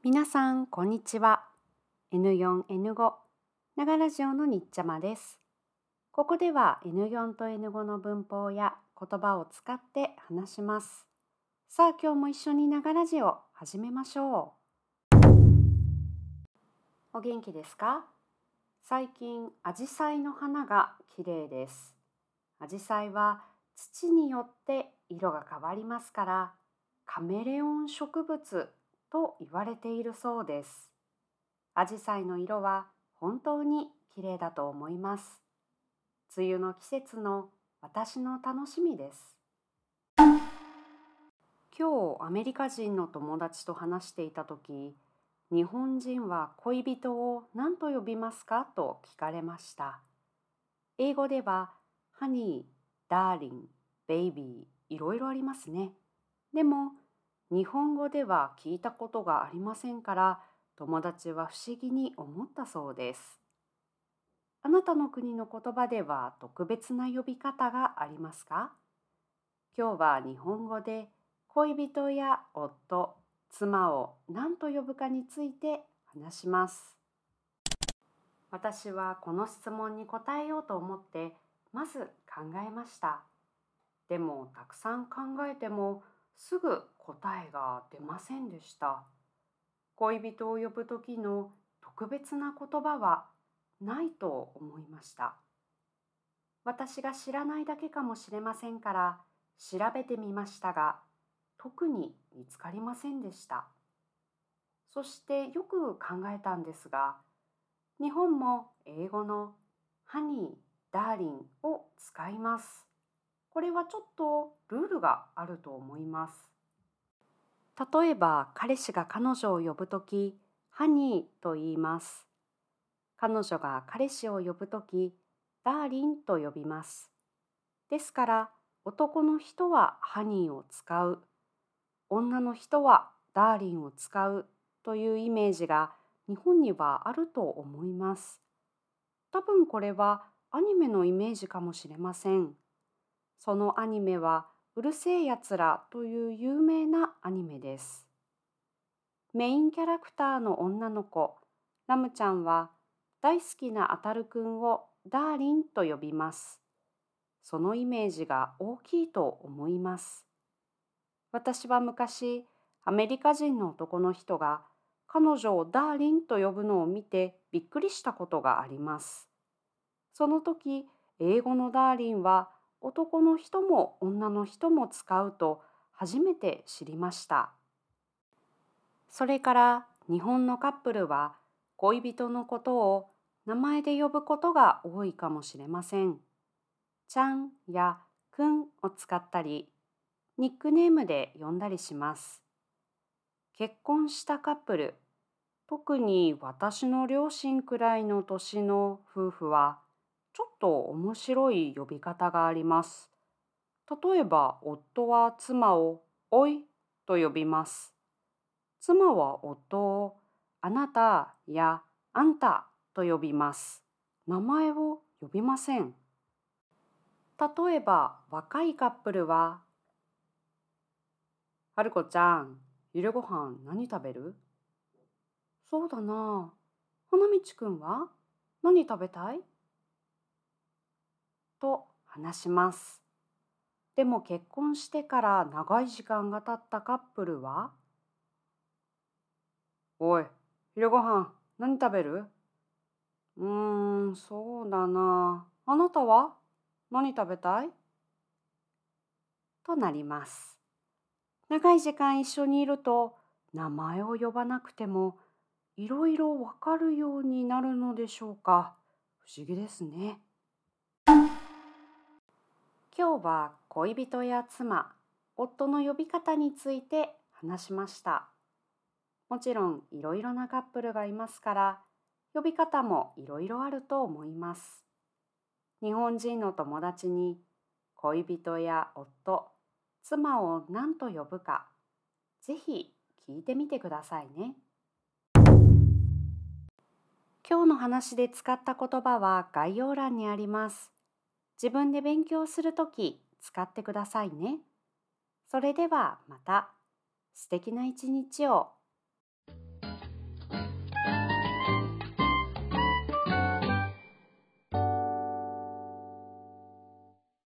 皆さん、こんにちは。N4、N5、ながラジオのにっちゃまです。ここでは N4 と N5 の文法や言葉を使って話します。さあ、今日も一緒にながラジオ始めましょう。お元気ですか？最近、アジサイの花が綺麗です。アジサイは土によって色が変わりますから、カメレオン植物と言われているそうです。アジサイの色は本当に綺麗だと思います。梅雨の季節の私の楽しみです。今日アメリカ人の友達と話していた時、日本人は恋人を何と呼びますかと聞かれました。英語ではハニー、ダーリン、ベイビー、いろいろありますね。でも日本語では聞いたことがありませんから、友達は不思議に思ったそうです。あなたの国の言葉では特別な呼び方がありますか？今日は日本語で恋人や夫、妻を何と呼ぶかについて話します。私はこの質問に答えようと思ってまず考えました。でもたくさん考えてもすぐ答えが出ませんでした。恋人を呼ぶ時の特別な言葉はないと思いました。私が知らないだけかもしれませんから調べてみましたが、特に見つかりませんでした。そしてよく考えたんですが、日本も英語のハニー、ダーリンを使います。これはちょっとルールがあると思います。例えば彼氏が彼女を呼ぶとき、ハニーと言います。彼女が彼氏を呼ぶとき、ダーリンと呼びます。ですから男の人はハニーを使う、女の人はダーリンを使うというイメージが日本にはあると思います。多分これはアニメのイメージかもしれません。そのアニメはうるせえやつらという有名なアニメです。メインキャラクターの女の子、ラムちゃんは大好きなアタルくんをダーリンと呼びます。そのイメージが大きいと思います。私は昔、アメリカ人の男の人が彼女をダーリンと呼ぶのを見てびっくりしたことがあります。その時、英語のダーリンは男の人も女の人も使うと初めて知りました。それから日本のカップルは恋人のことを名前で呼ぶことが多いかもしれません。ちゃんやくんを使ったり、ニックネームで呼んだりします。結婚したカップル、特に私の両親くらいの年の夫婦は、ちょっと面白い呼び方があります。例えば、夫は妻をおいと呼びます。妻は夫をあなたやあんたと呼びます。名前を呼びません。例えば、若いカップルは、はるこちゃん、昼ごはん何食べる？そうだな。花道くんは何食べたい？と話します。でも結婚してから長い時間が経ったカップルは、おい、昼ごはん何食べる？そうだな。あなたは何食べたい？となります。長い時間一緒にいると名前を呼ばなくてもいろいろわかるようになるのでしょうか。不思議ですね。今日は恋人や妻、夫の呼び方について話しました。もちろんいろいろなカップルがいますから、呼び方もいろいろあると思います。日本人の友達に恋人や夫、妻を何と呼ぶか、ぜひ聞いてみてくださいね。今日の話で使った言葉は概要欄にあります。自分で勉強するとき使ってくださいね。それではまた。素敵な一日を。